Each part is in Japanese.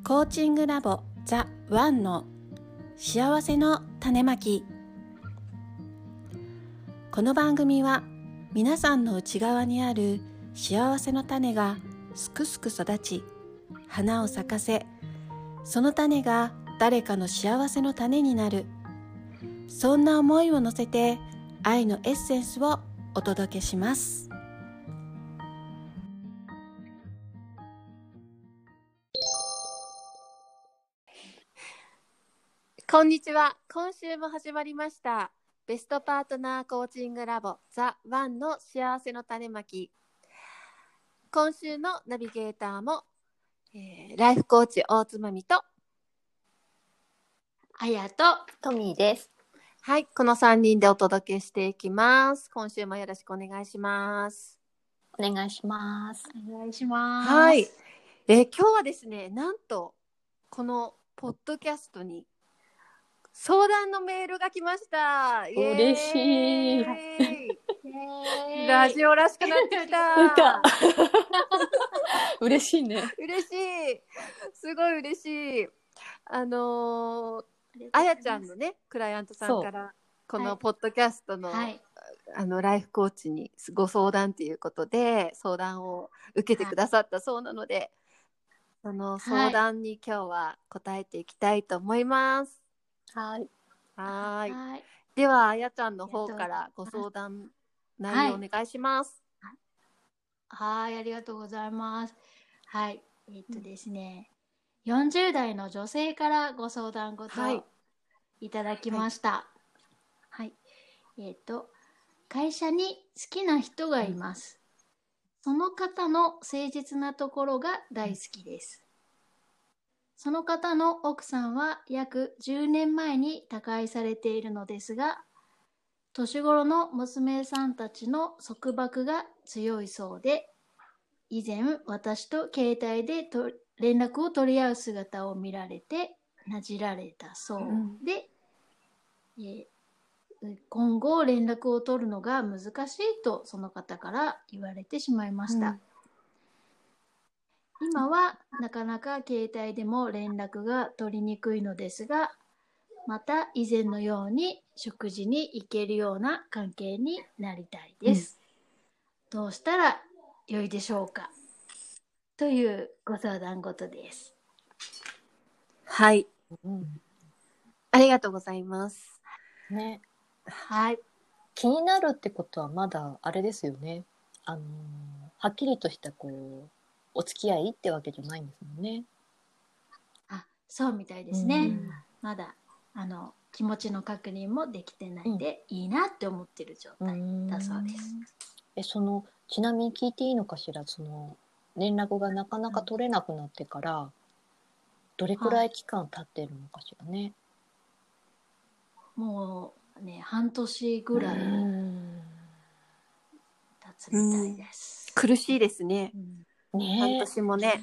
コーチングラボザ・ワンの幸せの種まき。この番組は皆さんの内側にある幸せの種がすくすく育ち花を咲かせ、その種が誰かの幸せの種になる、そんな思いを乗せて愛のエッセンスをお届けします。こんにちは。今週も始まりましたベストパートナーコーチングラボザ・ワンの幸せの種まき。今週のナビゲーターも、ライフコーチ大津まみとあやとトミーです。 はい、この3人でお届けしていきます。今週もよろしくお願いします。 お願いします。 お願いします。 はい、今日はですね、なんとこのポッドキャストに相談のメールが来ました。 嬉しい。 ラジオらしくなってきた。 嬉しいね。 嬉しい。すごい嬉しい。あやちゃんのね、クライアントさんからこのポッドキャストの、ライフコーチにご相談ということで相談を受けてくださったそうなので、その相談に今日は答えていきたいと思います。 はい。 ではあやちゃんの方からご相談内容お願いします。 はい、ありがとうございます。はい、ですね、40代の女性からご相談ごといただきました。はい。会社に好きな人がいます。その方の誠実なところが大好きです。その方の奥さんは約10年前に他界されているのですが、年頃の娘さんたちの束縛が強いそうで、以前私と携帯で連絡を取り合う姿を見られてなじられたそうで、今後連絡を取るのが難しいとその方から言われてしまいました。今はなかなか携帯でも連絡が取りにくいのですが、また以前のように食事に行けるような関係になりたいです。どうしたら良いでしょうか、というご相談事です。 はい、ありがとうございますね。 はい。 気になるってことはまだあれですよね。はっきりとしたお付き合いってわけじゃないんですもんね。 そうみたいですね。まだ気持ちの確認もできてないで、いいなって思ってる状態だそうです。 ちなみに聞いていいのかしら、連絡がなかなか取れなくなってからどれくらい期間経ってるのかしらね。 もうね、半年ぐらい経つみたいです。 苦しいですね。半年もね。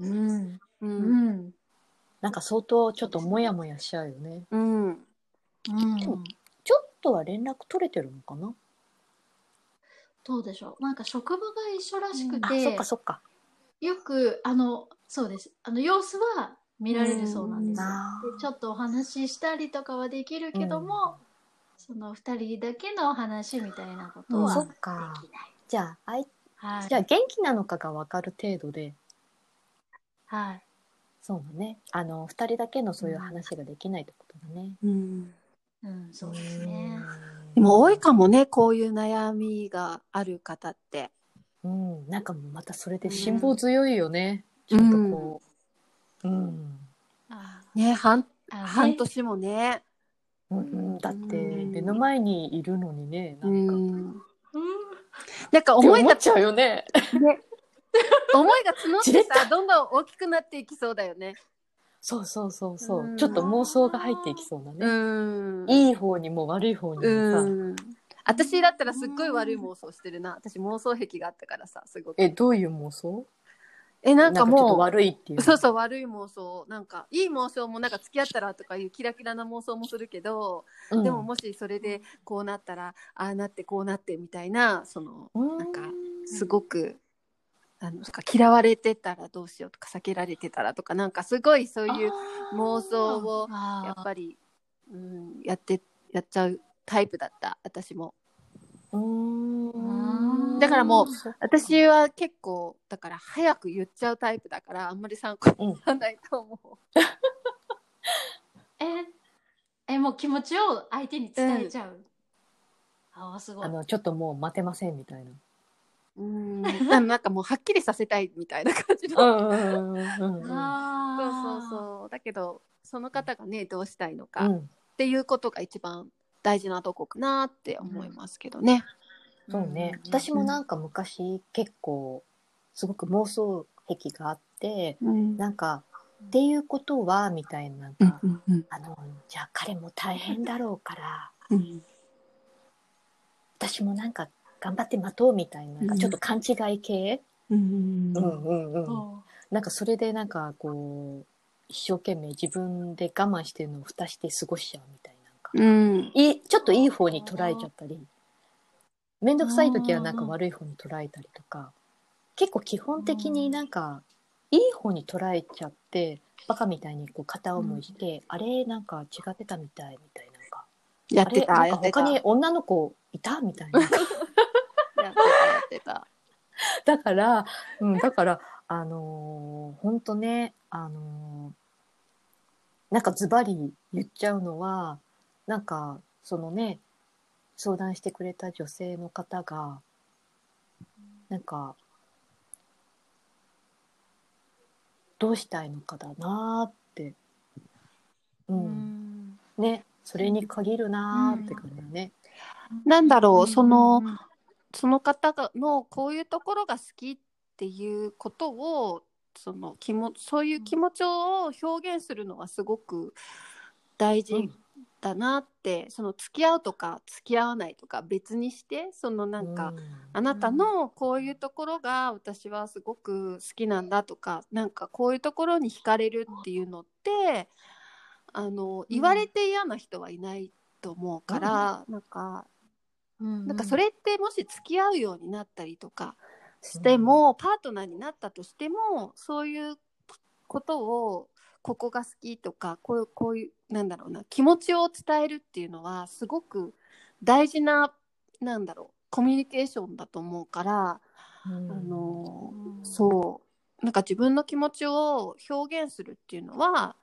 なんか相当ちょっとモヤモヤしちゃうよね。でもちょっとは連絡取れてるのかな。 どうでしょう。なんか職場が一緒らしくて、 そっか。 よくそうです。様子は見られるそうなんですよ。でちょっとお話ししたりとかはできるけども、その2人だけの話みたいなことはできない。 じゃあ元気なのかが分かる程度で、そうだね。2人だけのそういう話ができないってことだね。 そうですね。 でも多いかもね、こういう悩みがある方って。 なんかまたそれで辛抱強いよね。ちょっとね、半年もね。 だって目の前にいるのにね、 なんか思いがっちゃうよね。 思いが募ってさ、どんどん大きくなっていきそうだよね。 そう。ちょっと妄想が入っていきそうだね。いい方にも悪い方にもさ。 私だったらすっごい悪い妄想してるな。私妄想癖があったからさ、すごく。 どういう妄想？ なんかもうちょっと悪いっていう。 そう悪い妄想。なんかいい妄想もなんか付き合ったらとかいうキラキラな妄想もするけど、でももしそれでこうなったらああなってこうなってみたいな、なんかすごく嫌われてたらどうしようとか、避けられてたらとか、なんかすごいそういう妄想をやっぱり、やっちゃうタイプだった私も。だからもう私は結構だから早く言っちゃうタイプだから、あんまり参考にならないと思う。 もう気持ちを相手に伝えちゃう。すごい。 ちょっともう待てませんみたいな。 なんかもうはっきりさせたいみたいな感じの。そうだけどその方がねどうしたいのかっていうことが一番大事なとこかなって思いますけどね。 そうね。私もなんか昔結構すごく妄想癖があって、なんかっていうことはみたいな、なんかじゃあ彼も大変だろうから、私もなんか頑張って待とうみたいな、なんかちょっと勘違い系、なんかそれでなんかこう一生懸命自分で我慢してるのを蓋して過ごしちゃうみたいな、ちょっといい方に捉えちゃったり、めんどくさい時はなんか悪い方に捉えたりとか、結構基本的になんかいい方に捉えちゃってバカみたいにこう片思いして、あれなんか違ってたみたいみたいな、 やってた、 あれなんか他に女の子いたみたいなやってただからほんとね、なんかズバリ言っちゃうのは、なんかそのね相談してくれた女性の方がなんかどうしたいのかだなって、ね、それに限るなって感じだね。 なんだろう、その方のこういうところが好きっていうことをそういう気持ちを表現するのはすごく大事だなって、その付き合うとか付き合わないとか別にして、なんか、あなたのこういうところが私はすごく好きなんだとか、なんかこういうところに惹かれるっていうのって言われて嫌な人はいないと思うから、なんかそれってもし付き合うようになったりとかしても、パートナーになったとしても、そういうことをここが好きとかこういうなんだろうな、気持ちを伝えるっていうのはすごく大事なコミュニケーションだと思うから、そうなんか自分の気持ちを表現するっていうのは、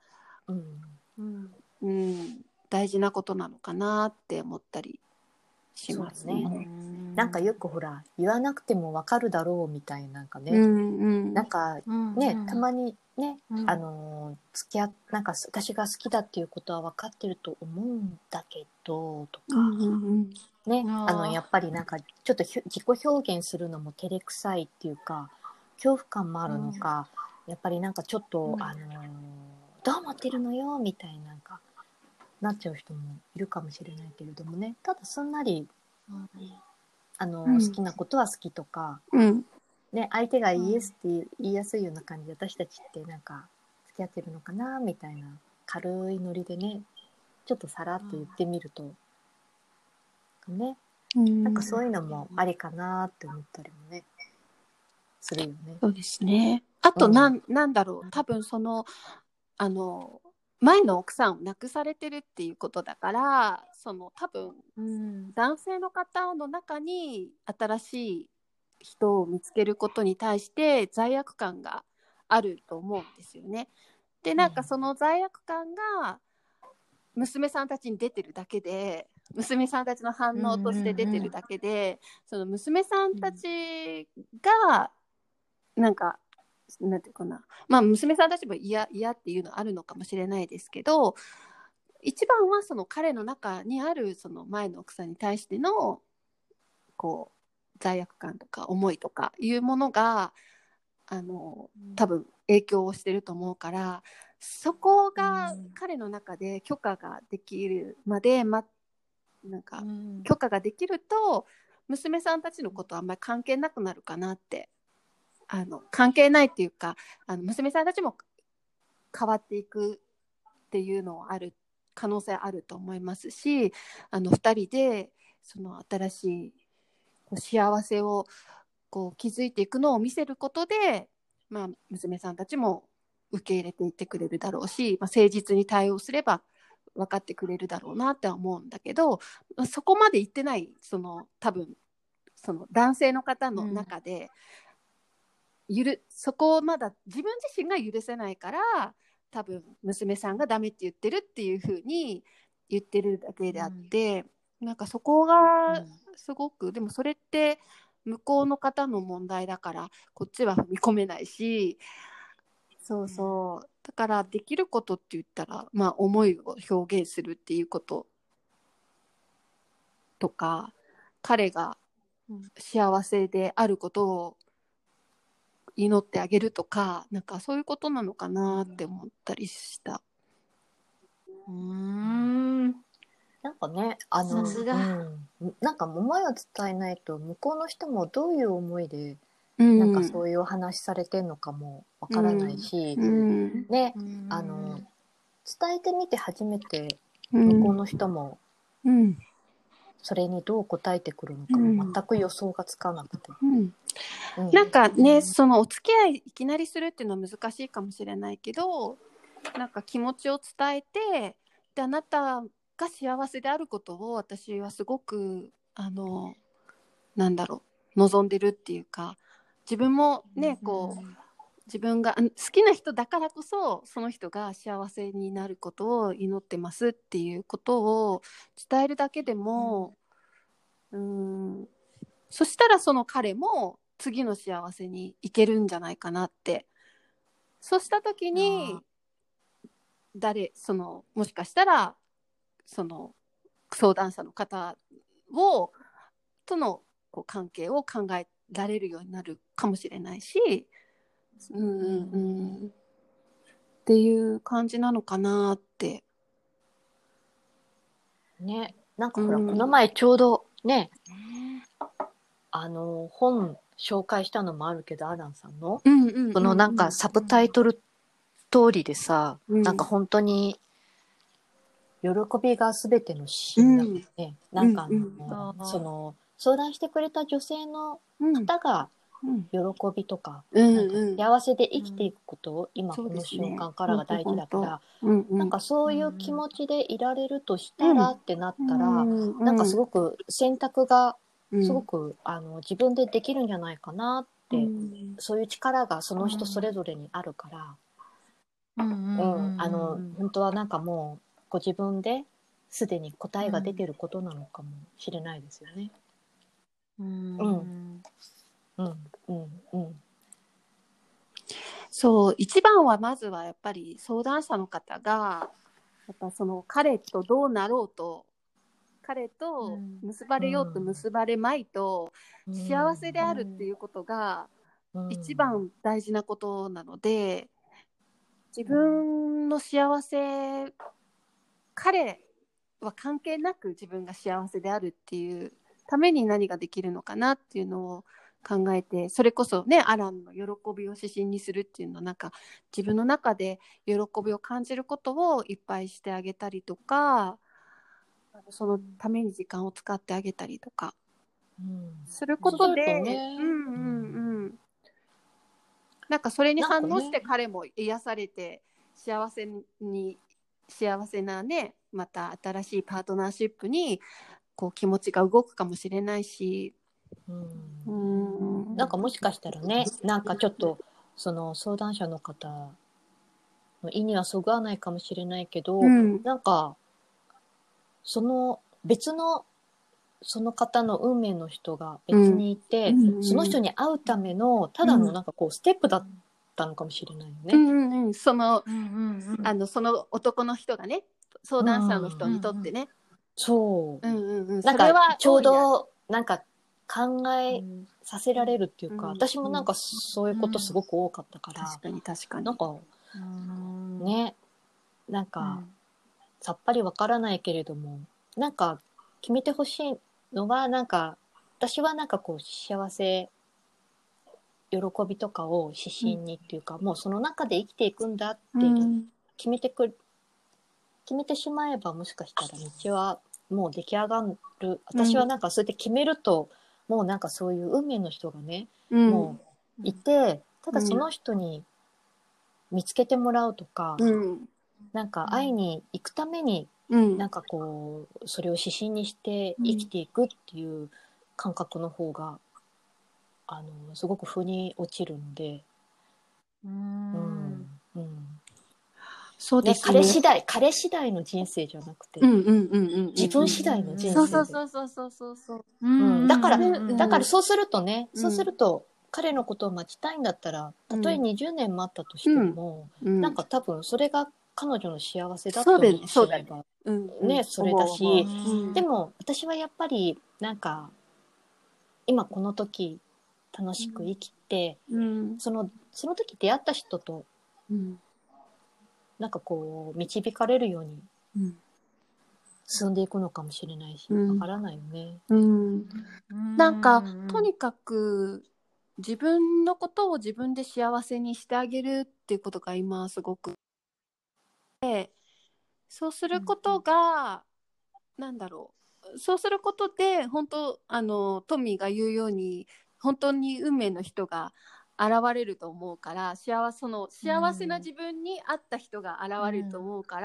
大事なことなのかなって思ったりしますね。 なんかよくほら言わなくてもわかるだろうみたいな、なんかね、なんかね、たまにね、付き合なんか私が好きだっていうことは分かってると思うんだけどとか、ね、やっぱりなんかちょっと自己表現するのも照れくさいっていうか恐怖感もあるのか、やっぱりなんかちょっと、どう思ってるのよみたいな、なんかなっちゃう人もいるかもしれないけれどもね、ただすんなり、好きなことは好きとか、ね、相手がイエスって言いやすいような感じで、私たちってなんか付き合ってるのかなみたいな軽いノリでね、ちょっとさらっと言ってみると、ね、なんかそういうのもありかなって思ったりもねするよね。 そうですね。あとなんだろう、多分前の奥さんを亡くされてるっていうことだから、多分、男性の方の中に新しい人を見つけることに対して罪悪感があると思うんですよね。で、なんかその罪悪感が娘さんたちに出てるだけで、娘さんたちの反応として出てるだけで、その娘さんたちがなんていうかな、娘さんたちも嫌っていうのはあるのかもしれないですけど、一番はその彼の中にあるその前の奥さんに対してのこう罪悪感とか思いとかいうものが多分影響をしてると思うから、そこが彼の中で許可ができるまで、なんか許可ができると娘さんたちのことはあんまり関係なくなるかなって、関係ないっていうか、娘さんたちも変わっていくっていうのはある可能性あると思いますし、2人でその新しい幸せをこう気づいていくのを見せることで、まあ、娘さんたちも受け入れていってくれるだろうし、まあ、誠実に対応すれば分かってくれるだろうなって思うんだけど、そこまで言ってない多分その男性の方の中で、そこをまだ自分自身が許せないから、多分娘さんがダメって言ってるっていう風に言ってるだけであって、なんかそこがすごく、でもそれって向こうの方の問題だからこっちは踏み込めないし、そうそう、だからできることって言ったら、まあ、思いを表現するっていうこととか、彼が幸せであることを祈ってあげるとか、なんかそういうことなのかなって思ったりした。 なんかね、 さすが、 なんか思いを伝えないと向こうの人もどういう思いで、なんかそういうお話されてんのかもわからないし、ね、伝えてみて初めて向こうの人もそれにどう答えてくるのかも全く予想がつかなくて、 なんかね、そのお付き合いいきなりするっていうのは難しいかもしれないけど、なんか気持ちを伝えて、であなたが幸せであることを私はすごくなんだろう、望んでるっていうか、自分もね、こう自分が好きな人だからこそその人が幸せになることを祈ってますっていうことを伝えるだけでも、そしたらその彼も次の幸せに行けるんじゃないかなって。そうした時にもしかしたらその相談者の方とのこう関係を考えられるようになるかもしれないし、っていう感じなのかなって。 ね、なんかほら、この前ちょうどね、本紹介したのもあるけど、アランさんの、そのなんかサブタイトル通りでさ、なんか本当に喜びが全ての指針だもんね。なんかその相談してくれた女性の方が喜びとか、なんか幸せで生きていくことを今この瞬間からが大事だから、なんかそういう気持ちでいられるとしたらってなったら、なんかすごく選択がすごく自分でできるんじゃないかなって、そういう力がその人それぞれにあるから、本当はなんかもうご自分ですでに答えが出てることなのかもしれないですよね。 そう、一番はまずはやっぱり相談者の方がやっぱその彼とどうなろうと、彼と結ばれようと結ばれまいと、幸せであるっていうことが一番大事なことなので、自分の幸せ、彼は関係なく自分が幸せであるっていうために何ができるのかなっていうのを考えて、それこそね、アランの喜びを指針にするっていうのは、なんか自分の中で喜びを感じることをいっぱいしてあげたりとか、そのために時間を使ってあげたりとかすることで、なんかそれに反応して彼も癒されて幸せなね、また新しいパートナーシップにこう気持ちが動くかもしれないし、 なんかもしかしたらね、なんかちょっとその相談者の方の意にはそぐわないかもしれないけど、なんかその別のその方の運命の人が別にいて、その人に会うためのただのなんかこうステップだったのかもしれないよね。 その男の人がね、相談者の人にとってね、 そう、なんかちょうどなんか考えさせられるっていうか、私もなんかそういうことすごく多かったから、 確かになんかね、なんかさっぱりわからないけれども、なんか決めてほしいのは、なんか私はなんかこう幸せ、喜びとかを指針にっていうか、もうその中で生きていくんだって決めてしまえば、もしかしたら道はもう出来上がる。私はなんかそうやって決めるともうなんかそういう運命の人がね、もういて、ただその人に見つけてもらうとか、なんか会いに行くために、なんかこうそれを指針にして生きていくっていう感覚の方が、すごく腑に落ちるので、 そうですね。 彼次第の人生じゃなくて、自分次第の人生で。だからそうするとね、そうすると彼のことを待ちたいんだったら、たとえ20年待ったとしても、なんか多分それが彼女の幸せだと思ってしまえばね、それだし、でも私はやっぱりなんか今この時楽しく生きて、その時出会った人となんかこう導かれるように進んでいくのかもしれないし、わからないよね。 なんかとにかく自分のことを自分で幸せにしてあげるっていうことが今すごくで、そうすることが、なんだろう、そうすることで本当トミーが言うように本当に運命の人が現れると思うから、幸せな自分に合った人が現れると思うから、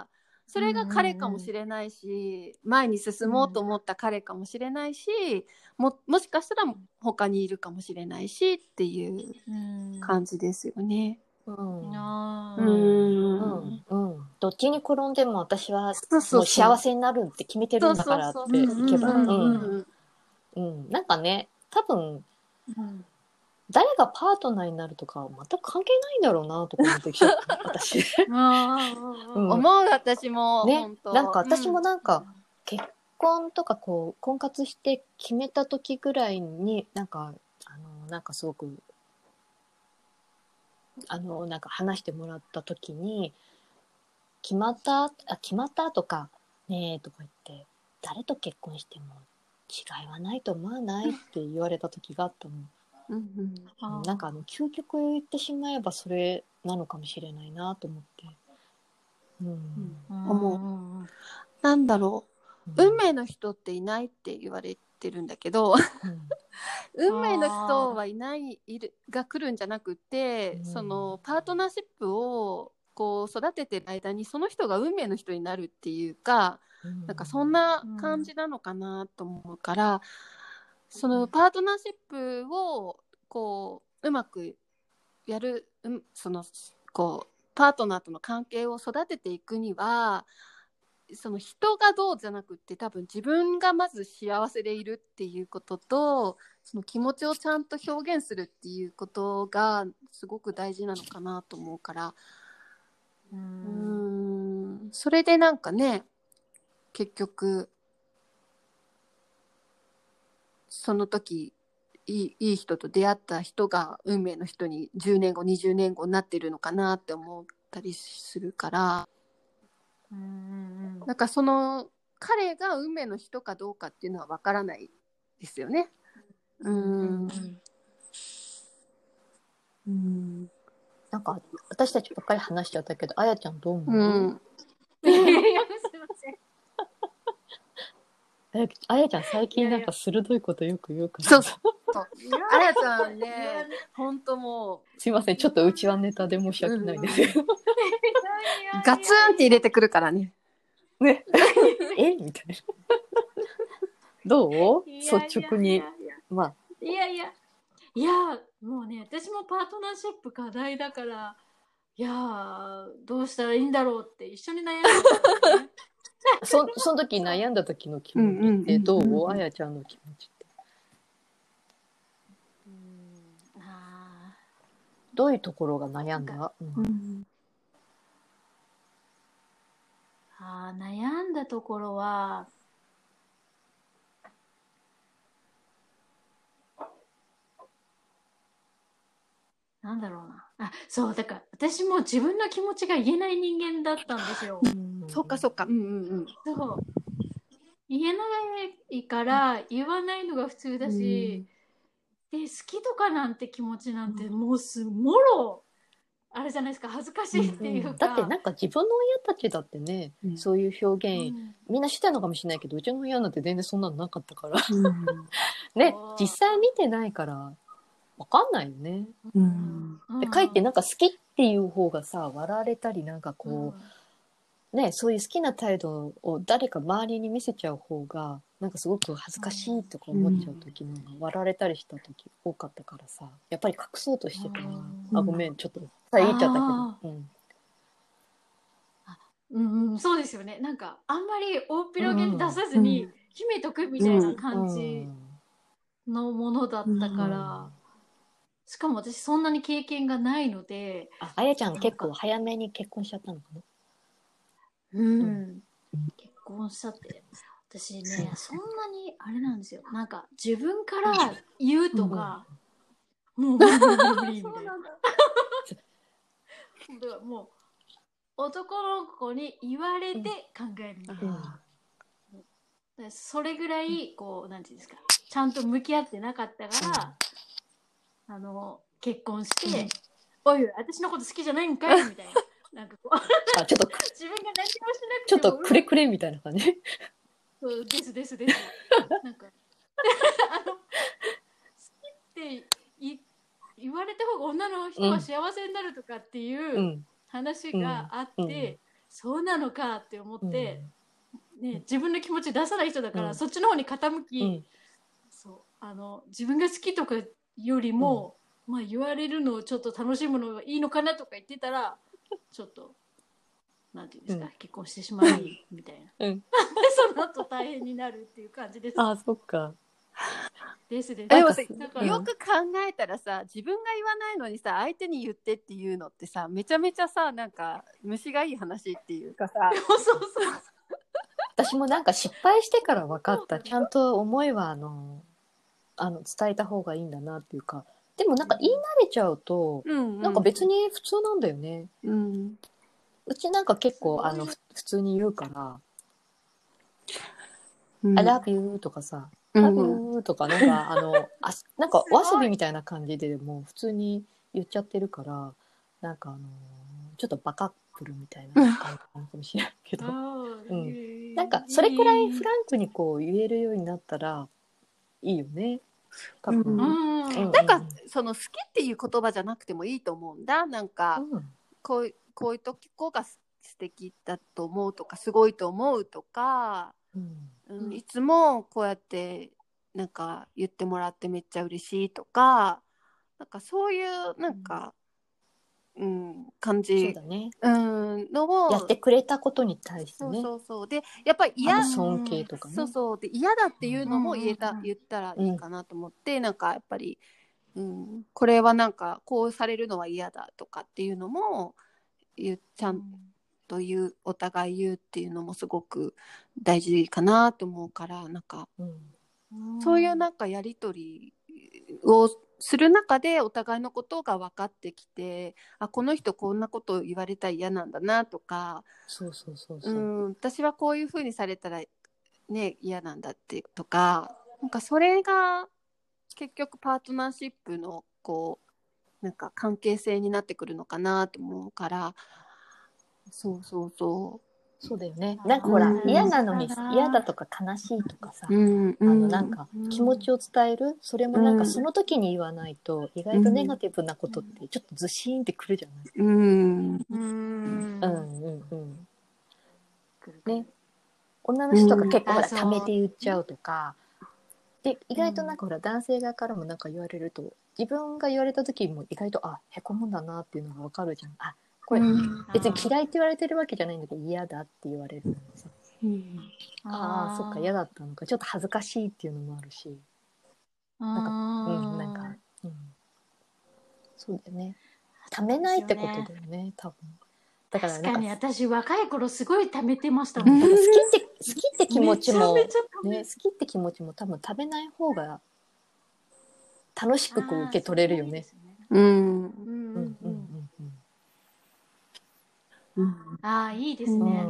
それが彼かもしれないし、前に進もうと思った彼かもしれないし、もしかしたら他にいるかもしれないしっていう感じですよね。 どっちに転んでも私はもう幸せになるって決めてるんだからっていけば、なんかね、多分、誰がパートナーになるとかは全く関係ないんだろうなとか思ってきちゃった私。 思う、私もね、なんか私もなんか、結婚とかこう婚活して決めた時ぐらいになんかすごくなんか話してもらった時に決まったとかねえとか言って誰と結婚しても違いはないと思わないって言われた時があったの。なんか究極言ってしまえばそれなのかもしれないなと思って、 思う。なんだろう、運命の人っていないって言われてるんだけど、運命の人はいないが来るんじゃなくて、そのパートナーシップをこう育ててる間にその人が運命の人になるっていうか、なんかそんな感じなのかなと思うから、そのパートナーシップをこううまくやる、そのこうパートナーとの関係を育てていくには、その人がどうじゃなくて、多分自分がまず幸せでいるっていうことと、その気持ちをちゃんと表現するっていうことがすごく大事なのかなと思うから、それでなんかね、結局その時いい人と出会った人が運命の人に10年後20年後になってるのかなって思ったりするから、なんかその彼が運命の人かどうかっていうのは分からないですよね。 なんか私たちばっかり話しちゃったけど、あやちゃんどう思う？ すいません。 あやちゃん最近なんか鋭いことよく言うから。 そうあやちゃんね、本当もうすいません、ちょっとうちはネタで申し訳ないですけど、 ガツンって入れてくるからね。 ねみたいな。どう？率直に。まあ。 いやもうね、私もパートナーシップ課題だから、どうしたらいいんだろうって一緒に悩んでた、ね。 その時悩んだ時の気持ちってどう？あやちゃんの気持ちって。どういうところが悩んだ？ 悩んだところは、なんだろうな。そうだから私も自分の気持ちが言えない人間だったんですよ。 そっか。そう言えないから言わないのが普通だし、で好きとかなんて気持ちなんてもうもろあれじゃないですか、恥ずかしいっていうか、 だってなんか自分の親たちだってね、そういう表現、みんなしてたのかもしれないけど、うちの親なんて全然そんなのなかったから、ね、実際見てないからわかんないよね。でかえってなんか好きっていう方がさ、笑われたりなんかこう、ね、そういう好きな態度を誰か周りに見せちゃう方がなんかすごく恥ずかしいとか思っちゃう時のが笑われたりした時多かったからさ、やっぱり隠そうとしてたな。あ、ごめん、ちょっとさ言っちゃったけど。 そうですよね。なんかあんまり大っぴろげに出さずに秘めとくみたいな感じのものだったから、しかも私そんなに経験がないので。 あやちゃん結構早めに結婚しちゃったのかな。 結婚しちゃって、私ね、そんなにあれなんですよ。なんか自分から言うとか、もう無理みたいな。もう男の子に言われて考えるみたいな。それぐらいこうなんていうんですか、ちゃんと向き合ってなかったから、結婚して、おい私のこと好きじゃないんかいみたいな。なんかこうちょっと自分が何もしなくてもちょっとくれくれみたいな感じ。 そうですなんか好きって言われた方が女の人は幸せになるとかっていう話があって、そうなのかって思って、ね、自分の気持ち出さない人だから、そっちの方に傾き、そう自分が好きとかよりも、まあ言われるのをちょっと楽しむのがいいのかなとか言ってたらちょっとなんていうんですか、結婚してしまいみたいな、その後大変になるっていう感じです。 そっか。 ですでもよく考えたらさ、自分が言わないのにさ、相手に言ってっていうのってさ、めちゃめちゃさ、なんか虫がいい話っていうかさ。 そう私もなんか失敗してから分かった。ちゃんと思いは伝えた方がいいんだなっていうか。でもなんか言い慣れちゃうと、なんか別に普通なんだよね。うちなんか結構普通に言うから、I love you とかさ、love you とかなんかなんかお遊びみたいな感じでもう普通に言っちゃってるから、なんかちょっとバカップルみたいな感じなのかもしれないけど、なんかそれくらいフランクにこう言えるようになったらいいよね。多分。 なんかその好きっていう言葉じゃなくてもいいと思うんだ。なんか、こういう時こが素敵だと思うとか、すごいと思うとか、いつもこうやってなんか言ってもらってめっちゃ嬉しいとか、なんかそういうなんか、感じ、 のをやってくれたことに対してね。 そうでやっぱり尊敬とかね。 で嫌だっていうのも言ったらいいかなと思って、なんかやっぱり、これはなんかこうされるのは嫌だとかっていうのもちゃんとお互い言うっていうのもすごく大事かなと思うから、なんか、そういうなんかやり取りをする中でお互いのことが分かってきて、この人こんなことを言われたら嫌なんだなとか、私はこういう風にされたらね嫌なんだってとか、なんかそれが結局パートナーシップのこうなんか関係性になってくるのかなと思うから、 そうだよね。なんかほら、嫌なのに嫌だとか悲しいとかさ、なんか気持ちを伝える、それもなんかその時に言わないと、意外とネガティブなことってちょっとずしーんってくるじゃない。ね。女の人とか結構ほら溜めて言っちゃうとか、で意外となんかほら男性側からもなんか言われると、自分が言われた時も意外とへこむんだなっていうのが分かるじゃん。これ別に嫌いって言われてるわけじゃないんだけど嫌だって言われるのさ、そっか嫌だったのか、ちょっと恥ずかしいっていうのもあるし、なんかそうだよね。ためないってことだよね、多分。だから確かに私若い頃すごいためてましたもん。 好きって気持ちもね、好きって気持ちも多分食べない方が楽しくこう受け取れるよね。 いいですね。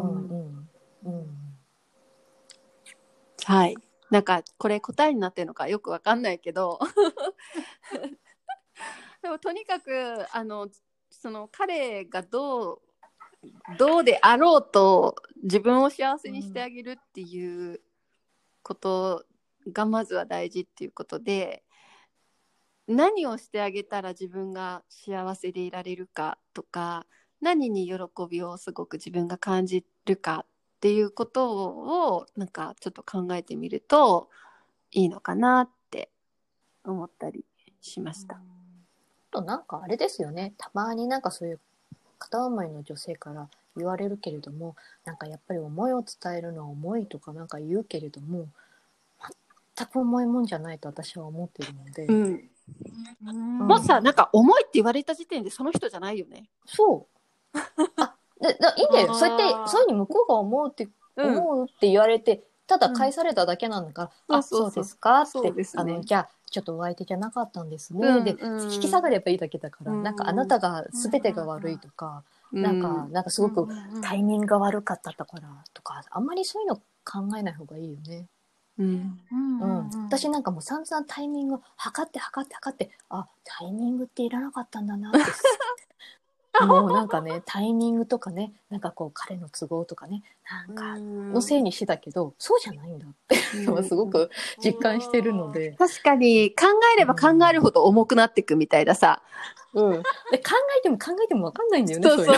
はい。なんかこれ答えになってるのかよくわかんないけどでもとにかくその彼がどうであろうと自分を幸せにしてあげるっていうことがまずは大事っていうことで、何をしてあげたら自分が幸せでいられるかとか、何に喜びをすごく自分が感じるかっていうことをなんかちょっと考えてみるといいのかなって思ったりしました。 となんかあれですよね、たまになんかそういう片思いの女性から言われるけれども、なんかやっぱり思いを伝えるのは重いとかなんか言うけれども、全く重いもんじゃないと私は思っているので、 もうさ、なんか重いって言われた時点でその人じゃないよね。 そういいんだよ、そうやってそういうふうに向こうが思うって言われて、ただ返されただけなんだから、そうですかって、ね、じゃあちょっとお相手じゃなかったんですね、で引き下がればいいだけだから、なんかあなたが全てが悪いとか、なんかすごくタイミングが悪かったからとか、あんまりそういうの考えない方がいいよね。私なんかもう散々タイミングを測って、タイミングっていらなかったんだなってもうなんかね、タイミングとかね、なんかこう彼の都合とかね、なんかのせいにしてたけど、そうじゃないんだってすごく実感してるので。 確かに考えれば考えるほど重くなっていくみたいださ。 で考えても分かんないんだよね。 そう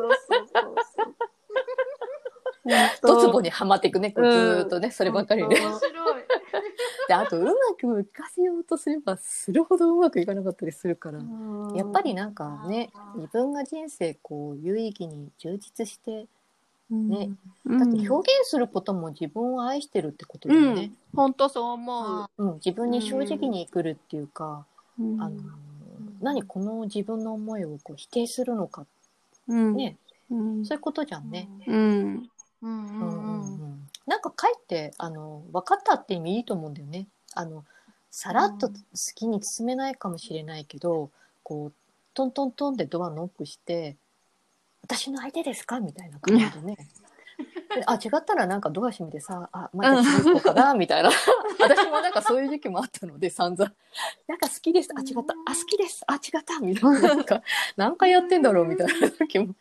ドツボにはまっていくね、ずーっとね、そればっかりね。面白い。で、あとうまくいかせようとすればするほどうまくいかなかったりするから、やっぱりなんかね、自分が人生こう有意義に充実してね、だって表現することも自分を愛してるってことだよね。 本当そう思う。自分に正直に来るっていうか、何この自分の思いをこう否定するのか、ね、そういうことじゃんね。なんかかえって分かったって意味いいと思うんだよね。さらっと好きに包めないかもしれないけど、こうトントントンってドアノックして「私の相手ですか?」みたいな感じでね。違ったらなんかドア閉めてさ、また次行こうかなみたいな。私もなんかそういう時期もあったので、散々なんか好きです、違った、好きです、違ったみたいな、なんか何回やってんだろうみたいな時も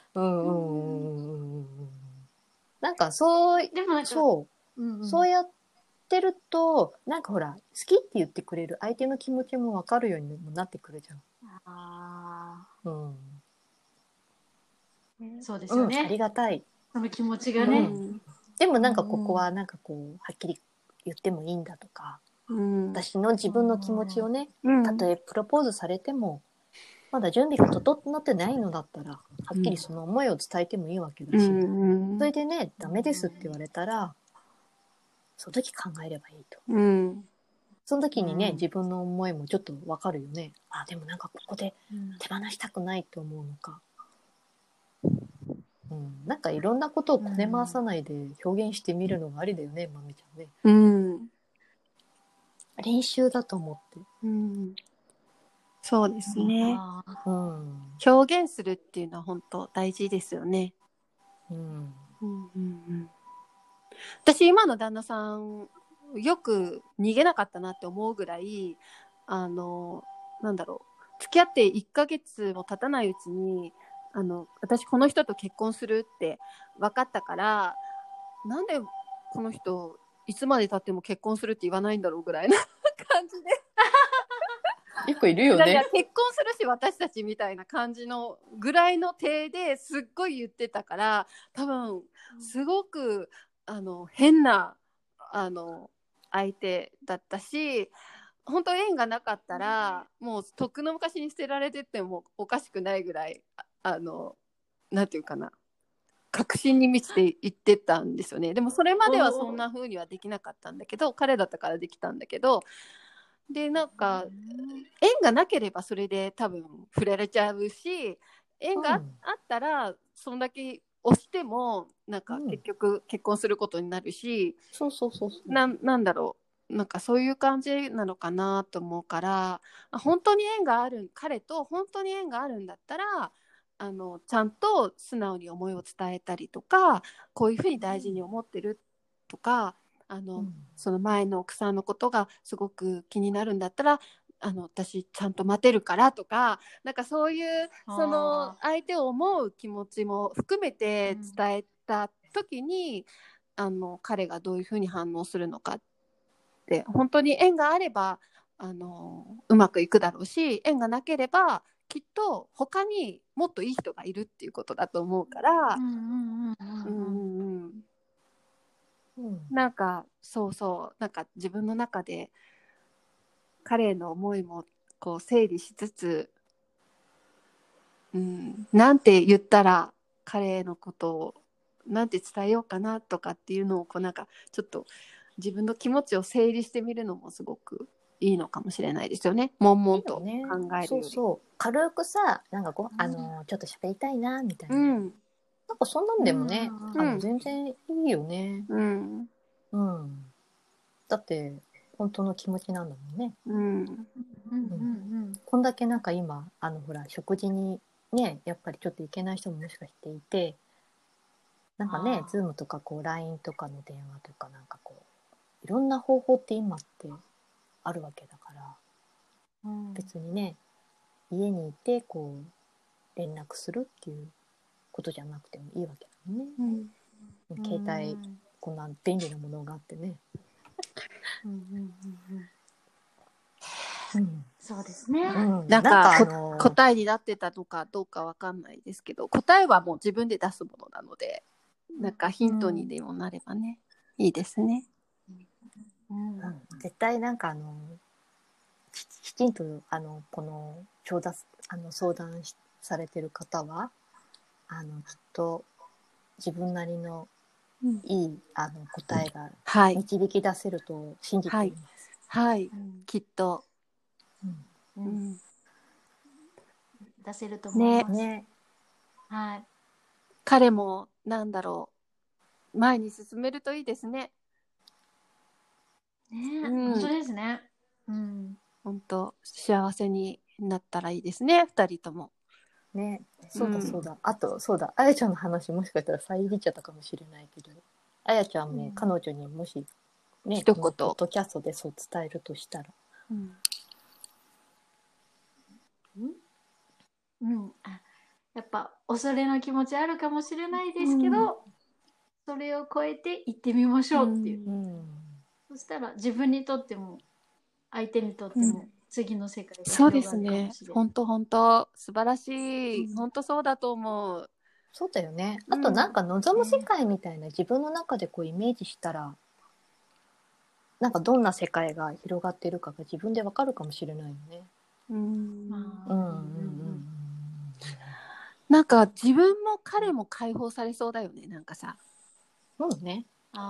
なんかそうやってると、なんかほら好きって言ってくれる相手の気持ちも分かるようにもなってくるじゃん。 そうですよね。 ありがたい。 その気持ちがね。 でもなんかここはなんかこうはっきり言ってもいいんだとか、私の自分の気持ちをね、たとえプロポーズされてもまだ準備が整ってないのだったら、はっきりその思いを伝えてもいいわけだし、それでね、ダメですって言われたら、その時考えればいいと。その時にね、自分の思いもちょっとわかるよね。でもなんかここで手放したくないと思うのか。なんかいろんなことをこね回さないで表現してみるのがありだよね、まみちゃんね。練習だと思って。 そうですね。表現するっていうのは本当大事ですよね。私今の旦那さんよく逃げなかったなって思うぐらい、なんだろう、付き合って1ヶ月も経たないうちに私この人と結婚するって分かったから、なんでこの人いつまで経っても結婚するって言わないんだろうぐらいな感じで結構いるよね。 結婚するし私たちみたいな感じのぐらいの体ですっごい言ってたから、多分すごく変な相手だったし、本当縁がなかったらもうとっくの昔に捨てられてってもおかしくないぐらいなんていうかな、確信に満ちていってたんですよね。でもそれまではそんな風にはできなかったんだけど、彼だったからできたんだけど、でなんか縁がなければそれで多分触れられちゃうし、縁があったらそんだけ押してもなんか結局結婚することになるし、なんだろう、なんかそういう感じなのかなと思うから、本当に縁がある、彼と本当に縁があるんだったらちゃんと素直に思いを伝えたりとか、こういうふうに大事に思ってるとか、その前の奥さんのことがすごく気になるんだったら私ちゃんと待てるからとか、なんかそういうその相手を思う気持ちも含めて伝えた時に、彼がどういうふうに反応するのかって、本当に縁があればうまくいくだろうし、縁がなければきっと他にもっといい人がいるっていうことだと思うから、なんかそうなんか自分の中で彼への思いもこう整理しつつ、なんて言ったら彼へのことをなんて伝えようかなとかっていうのをなんかちょっと自分の気持ちを整理してみるのもすごくいいのかもしれないですよね。悶々と考えるより。 そう軽くさ、なんかちょっと喋りたいなみたいな、なんかそんなんでもね、全然いいよね。だって本当の気持ちなんだもんね。こんだけなんか今ほら食事にね、やっぱりちょっと行けない人ももしかしていて、なんかね、ズームとかこう LINE とかの電話とか、なんかこういろんな方法って今ってあるわけだから、別にね、家にいてこう連絡するっていうことじゃなくてもいいわけだもんね。携帯こんな便利なものがあってね。 そうですね。 なんか答えになってたのかどうかわかんないですけど、答えはもう自分で出すものなので、なんかヒントにでもなればね、いいですね。 絶対なんかきちんとこの相談されてる方はきっと自分なりのいい答えが導き出せると信じています。 きっと、 出せると思います。 ね。 彼もなんだろう、前に進めるといいですね。 本当ですね。 本当幸せになったらいいですね、2人とも。 ね、そうだ。あとあやちゃんの話もしかしたら遮っちゃったかもしれないけど、あやちゃんも彼女にもしね、 一言ポッドキャストでそう伝えるとしたら、 やっぱ恐れの気持ちあるかもしれないですけど、それを超えて行ってみましょうっていう、そしたら自分にとっても相手にとっても次の世界が広がるかもしれない。 そうですね。本当素晴らしい。本当そうだと思う。 そうだよね。あとなんか望む世界みたいな自分の中でこうイメージしたら、なんかどんな世界が広がっているかが自分でわかるかもしれないよね。 なんか自分も彼も解放されそうだよね、なんかさ。 そうね。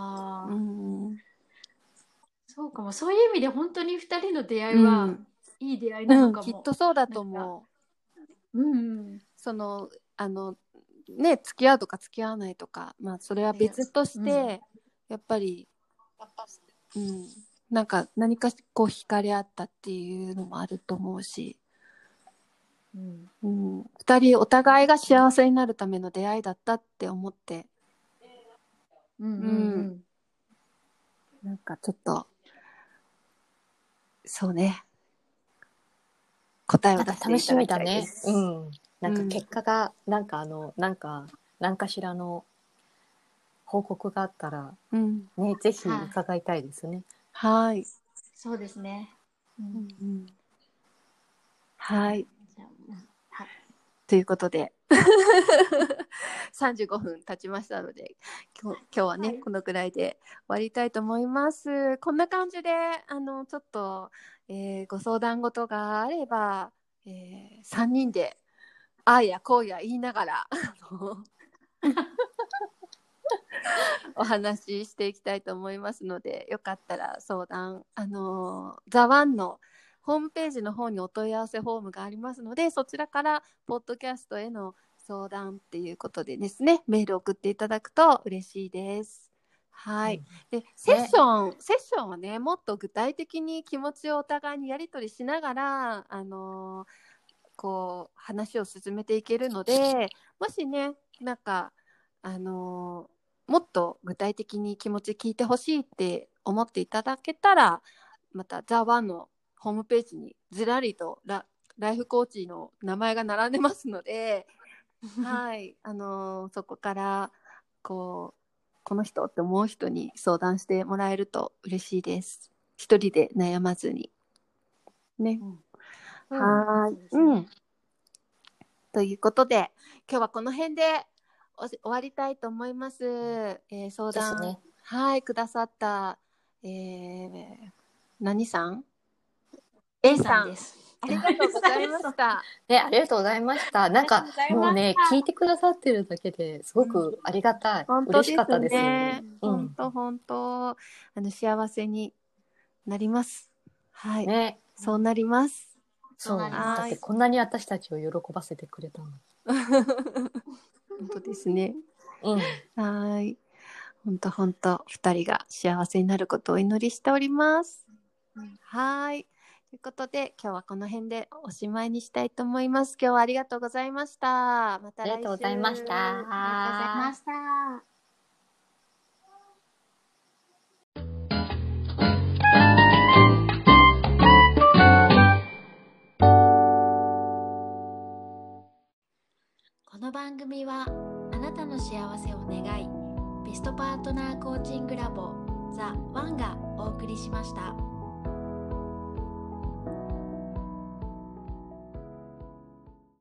そうかも。そういう意味で本当に2人の出会いはいい出会いなのかも。 きっとそうだと思う。そのね、付き合うとか付き合わないとか、まあそれは別として、やっぱりなんか何かこう惹かれ合ったっていうのもあると思うし、2人お互いが幸せになるための出会いだったって思って、なんかちょっとそうね、答えを出していただきたいです。 なんか結果がなんか何かしらの報告があったら、ね、ぜひ伺いたいですね。 はい。 そうですね。 はい。ということで35分経ちましたので、今日はね、このくらいで終わりたいと思います。こんな感じでちょっと、ご相談事があれば、3人でああやこうや言いながらお話ししていきたいと思いますので、よかったら相談ザワンのホームページの方にお問い合わせフォームがありますので、そちらからポッドキャストへの相談っていうことでですね、メールを送っていただくと嬉しいです。はい。で、セッションはね、もっと具体的に気持ちをお互いにやり取りしながらこう話を進めていけるので、もしね、なんかもっと具体的に気持ち聞いてほしいって思っていただけたら、またザワのホームページにずらりとライフコーチの名前が並んでますのではい、そこからこの人って思う人に相談してもらえると嬉しいです。一人で悩まずにね、はい、ということで今日はこの辺で終わりたいと思います。相談、ね、はいくださった、何さん？A さんです。ありがとうございました。 ね、ありがとうございました。なんかもうね、聞いてくださってるだけですごくありがたい。嬉しかったです。 本当、幸せになります。はい。ね、そうなります。 そう。だってこんなに私たちを喜ばせてくれたの。 本当ですね。はい。本当、2人が幸せになることをお祈りしております。はい。ということで今日はこの辺でおしまいにしたいと思います。今日はありがとうございました。また来週。 ありがとうございました。 ありがとうございました。この番組はあなたの幸せを願いベストパートナーコーチングラボザ・ワンがお送りしました。